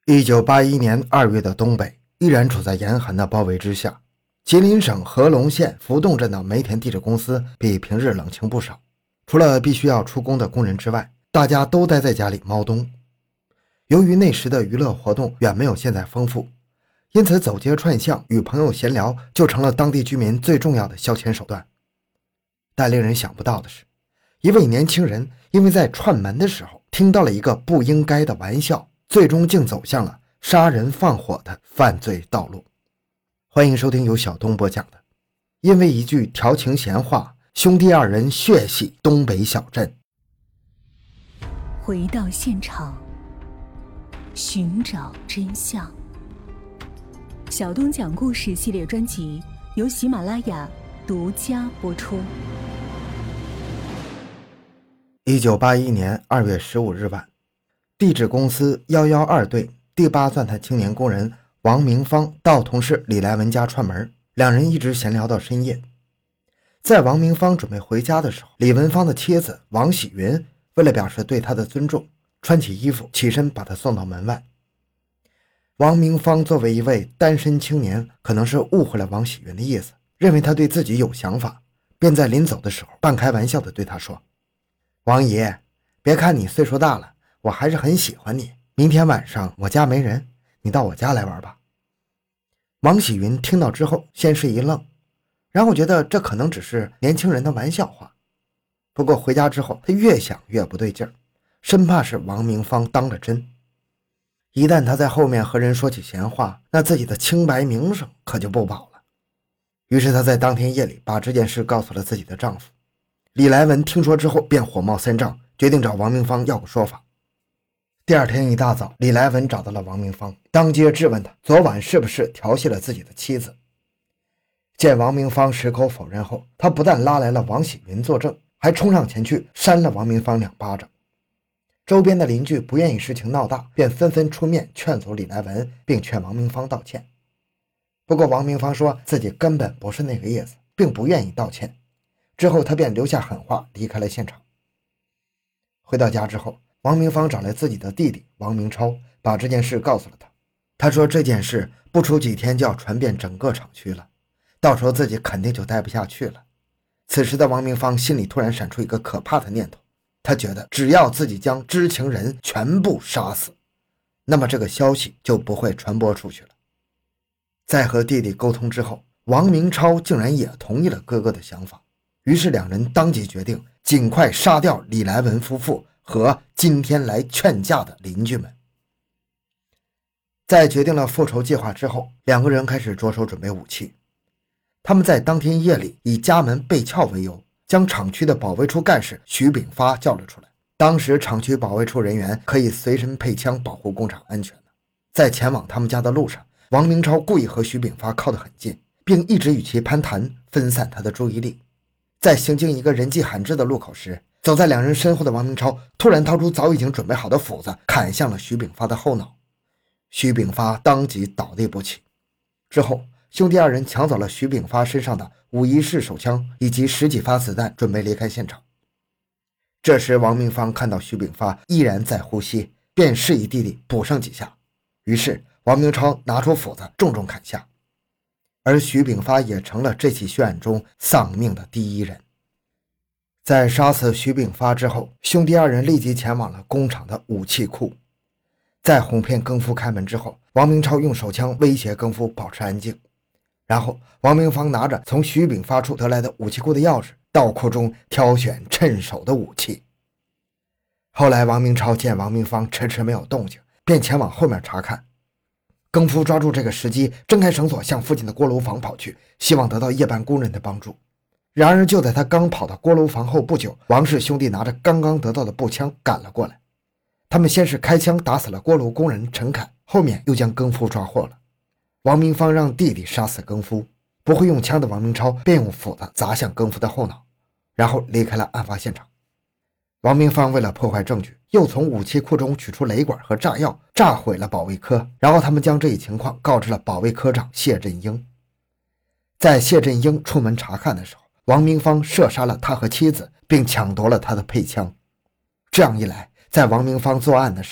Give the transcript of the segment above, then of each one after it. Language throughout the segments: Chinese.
1981年2月的东北依然处在严寒的包围之下。吉林省合隆县浮洞镇的煤田地质公司比平日冷清不少，除了必须要出工的工人之外，大家都待在家里猫冬。由于那时的娱乐活动远没有现在丰富，因此走街串巷与朋友闲聊就成了当地居民最重要的消遣手段。但令人想不到的是，一位年轻人因为在串门的时候听到了一个不应该的玩笑，最终竟走向了杀人放火的犯罪道路。欢迎收听由小东播讲的因为一句调情闲话，兄弟二人血洗东北小镇。 回到现场，寻找真相。小东讲故事系列专辑由喜马拉雅独家播出。 1981年2月15日晚，地质公司112队第8钻探青年工人王明芳到同事李来文家串门，两人一直闲聊到深夜。在王明芳准备回家的时候，李文芳的妻子王喜云为了表示对他的尊重，穿起衣服起身把他送到门外。王明芳作为一位单身青年，可能是误会了王喜云的意思，认为他对自己有想法，便在临走的时候半开玩笑地对他说：王姨，别看你岁数大了，我还是很喜欢你，明天晚上我家没人，你到我家来玩吧。王喜云听到之后先是一愣，然后觉得这可能只是年轻人的玩笑话。不过回家之后他越想越不对劲儿，生怕是王明芳当了真。一旦他在后面和人说起闲话，那自己的清白名声可就不保了。于是他在当天夜里把这件事告诉了自己的丈夫。李来文听说之后便火冒三丈，决定找王明芳要个说法。第二天一大早，李来文找到了王明芳，当街质问他昨晚是不是调戏了自己的妻子。见王明芳矢口否认后，他不但拉来了王喜云作证，还冲上前去扇了王明芳2巴掌。周边的邻居不愿意事情闹大，便纷纷出面劝阻李来文，并劝王明芳道歉。不过王明芳说自己根本不是那个意思，并不愿意道歉。之后他便留下狠话离开了现场。回到家之后，王明芳找来自己的弟弟王明超，把这件事告诉了他。他说这件事不出几天就要传遍整个厂区了，到时候自己肯定就待不下去了。此时的王明芳心里突然闪出一个可怕的念头，他觉得只要自己将知情人全部杀死，那么这个消息就不会传播出去了。在和弟弟沟通之后，王明超竟然也同意了哥哥的想法，于是两人当即决定尽快杀掉李来文夫妇和今天来劝架的邻居们。在决定了复仇计划之后，两个人开始着手准备武器。他们在当天夜里以家门被撬为由，将厂区的保卫处干事徐炳发叫了出来。当时厂区保卫处人员可以随身配枪保护工厂安全的。在前往他们家的路上，王明超故意和徐炳发靠得很近，并一直与其攀谈，分散他的注意力。在行经一个人迹罕至的路口时，走在两人身后的王明超突然掏出早已经准备好的斧子，砍向了徐炳发的后脑。徐炳发当即倒地不起。之后兄弟二人抢走了徐炳发身上的51式手枪以及10几发子弹，准备离开现场。这时王明芳看到徐炳发依然在呼吸，便示意弟弟补上几下。于是王明超拿出斧子重重砍下，而徐炳发也成了这起血案中丧命的第一人。在杀死徐炳发之后，兄弟二人立即前往了工厂的武器库。在哄骗更夫开门之后，王明超用手枪威胁更夫保持安静，然后王明芳拿着从徐炳发处得来的武器库的钥匙，到库中挑选趁手的武器。后来王明超见王明芳迟迟没有动静，便前往后面查看。更夫抓住这个时机，挣开绳索向附近的锅炉房跑去，希望得到夜班工人的帮助。然而就在他刚跑到锅炉房后不久，王氏兄弟拿着刚刚得到的步枪赶了过来。他们先是开枪打死了锅炉工人陈凯，后面又将更夫抓获了。王明芳让弟弟杀死更夫，不会用枪的王明超便用斧子砸向更夫的后脑，然后离开了案发现场。王明芳为了破坏证据，又从武器库中取出雷管和炸药，炸毁了保卫科，然后他们将这一情况告知了保卫科长谢振英。在谢振英出门查看的时候，王明芳射杀了他和妻子，并抢夺了他的配枪。这样一来，在王明芳作案的时候，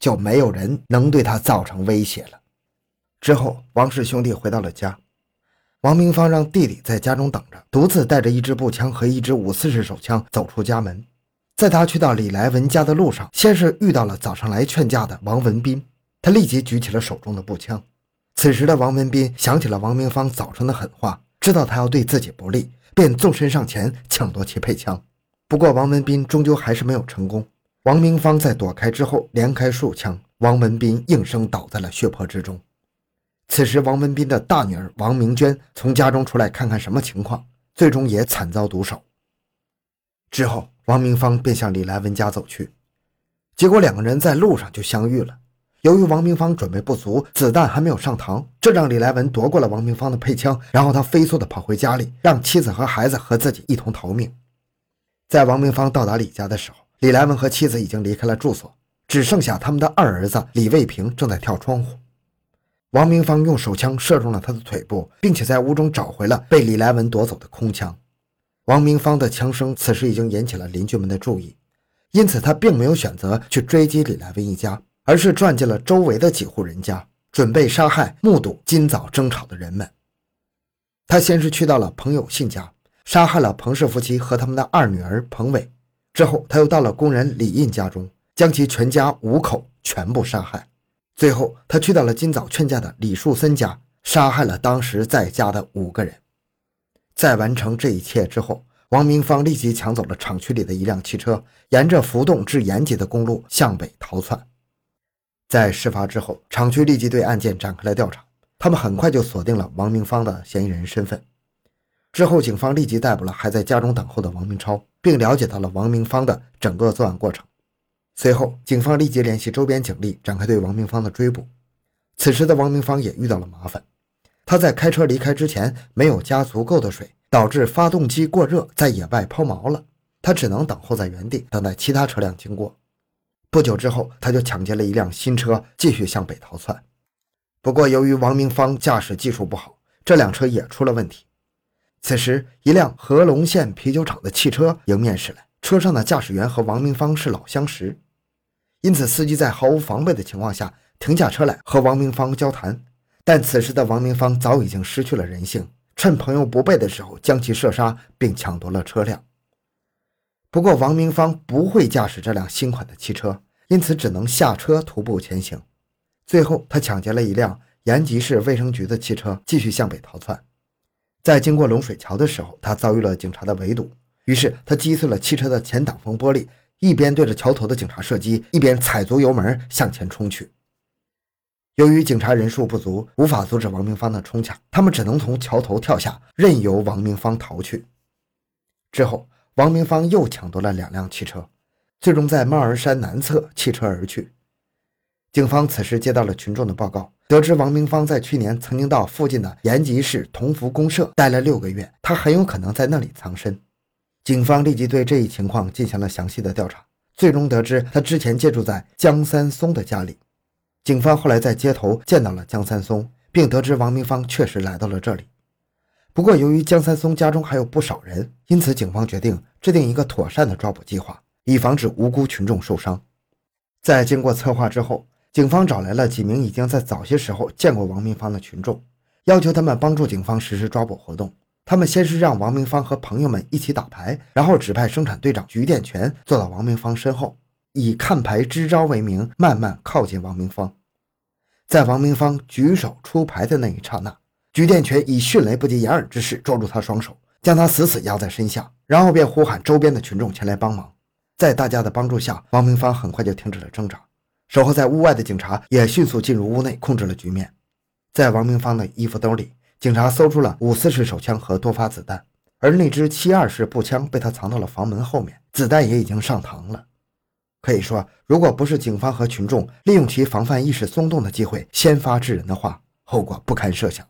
就没有人能对他造成威胁了。之后，王氏兄弟回到了家，王明芳让弟弟在家中等着，独自带着一支步枪和一支5.44手枪走出家门。在他去到李来文家的路上，先是遇到了早上来劝架的王文斌，他立即举起了手中的步枪。此时的王文斌想起了王明芳早晨的狠话，知道他要对自己不利，便纵身上前抢夺其配枪。不过王文斌终究还是没有成功，王明芳在躲开之后连开数枪，王文斌应声倒在了血泊之中。此时王文斌的大女儿王明娟从家中出来看看什么情况，最终也惨遭毒手。之后王明芳便向李来文家走去，结果两个人在路上就相遇了。由于王明芳准备不足，子弹还没有上膛，这让李来文夺过了王明芳的配枪，然后他飞速地跑回家里，让妻子和孩子和自己一同逃命。在王明芳到达李家的时候，李来文和妻子已经离开了住所，只剩下他们的二儿子李卫平正在跳窗户。王明芳用手枪射中了他的腿部，并且在屋中找回了被李来文夺走的空枪。王明芳的枪声此时已经引起了邻居们的注意，因此他并没有选择去追击李来文一家，而是转进了周围的几户人家，准备杀害目睹今早争吵的人们。他先是去到了彭有信家，杀害了彭氏夫妻和他们的二女儿彭伟，之后他又到了工人李印家中，将其全家5口全部杀害。最后他去到了今早劝架的李树森家，杀害了当时在家的5个人。在完成这一切之后，王明芳立即抢走了厂区里的一辆汽车，沿着浮动至延吉的公路向北逃窜。在事发之后，厂区立即对案件展开了调查，他们很快就锁定了王明芳的嫌疑人身份。之后警方立即逮捕了还在家中等候的王明超，并了解到了王明芳的整个作案过程。随后警方立即联系周边警力，展开对王明芳的追捕。此时的王明芳也遇到了麻烦，他在开车离开之前没有加足够的水，导致发动机过热，在野外抛锚了，他只能等候在原地，等待其他车辆经过。不久之后，他就抢劫了一辆新车，继续向北逃窜。不过由于王明芳驾驶技术不好，这辆车也出了问题。此时一辆合龙县啤酒厂的汽车迎面驶来，车上的驾驶员和王明芳是老相识，因此司机在毫无防备的情况下停下车来和王明芳交谈。但此时的王明芳早已经失去了人性，趁朋友不备的时候将其射杀，并抢夺了车辆。不过王明芳不会驾驶这辆新款的汽车，因此只能下车徒步前行。最后他抢劫了一辆延吉市卫生局的汽车，继续向北逃窜。在经过龙水桥的时候，他遭遇了警察的围堵，于是他击碎了汽车的前挡风玻璃，一边对着桥头的警察射击，一边踩足油门向前冲去。由于警察人数不足，无法阻止王明芳的冲抢，他们只能从桥头跳下，任由王明芳逃去。之后王明芳又抢夺了2辆汽车，最终在帽儿山南侧弃车而去。警方此时接到了群众的报告，得知王明芳在去年曾经到附近的延吉市同福公社待了6个月，他很有可能在那里藏身。警方立即对这一情况进行了详细的调查，最终得知他之前借住在江三松的家里。警方后来在街头见到了江三松，并得知王明芳确实来到了这里。不过由于江三松家中还有不少人，因此警方决定制定一个妥善的抓捕计划，以防止无辜群众受伤。在经过策划之后，警方找来了几名已经在早些时候见过王明芳的群众，要求他们帮助警方实施抓捕活动。他们先是让王明芳和朋友们一起打牌，然后指派生产队长菊殿泉坐到王明芳身后，以看牌支招为名，慢慢靠近王明芳。在王明芳举手出牌的那一刹那，菊殿泉以迅雷不及掩耳之势捉住他双手，将他死死压在身下，然后便呼喊周边的群众前来帮忙。在大家的帮助下，王明芳很快就停止了挣扎。守候在屋外的警察也迅速进入屋内，控制了局面。在王明芳的衣服兜里，警察搜出了5.44手枪和多发子弹，而那支7.2式步枪被他藏到了房门后面，子弹也已经上膛了。可以说，如果不是警方和群众利用其防范意识松动的机会先发制人的话，后果不堪设想。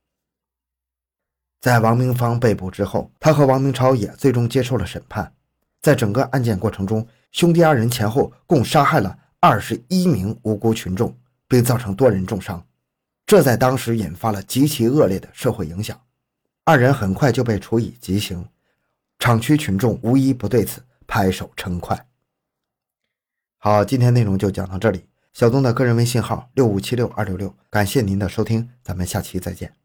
在王明芳被捕之后，他和王明超也最终接受了审判。在整个案件过程中，兄弟2人前后共杀害了21名无辜群众，并造成多人重伤，这在当时引发了极其恶劣的社会影响。2人很快就被处以极刑，厂区群众无一不对此拍手称快。好，今天内容就讲到这里， 小东的个人微信号6576-266，感谢您的收听，咱们下期再见。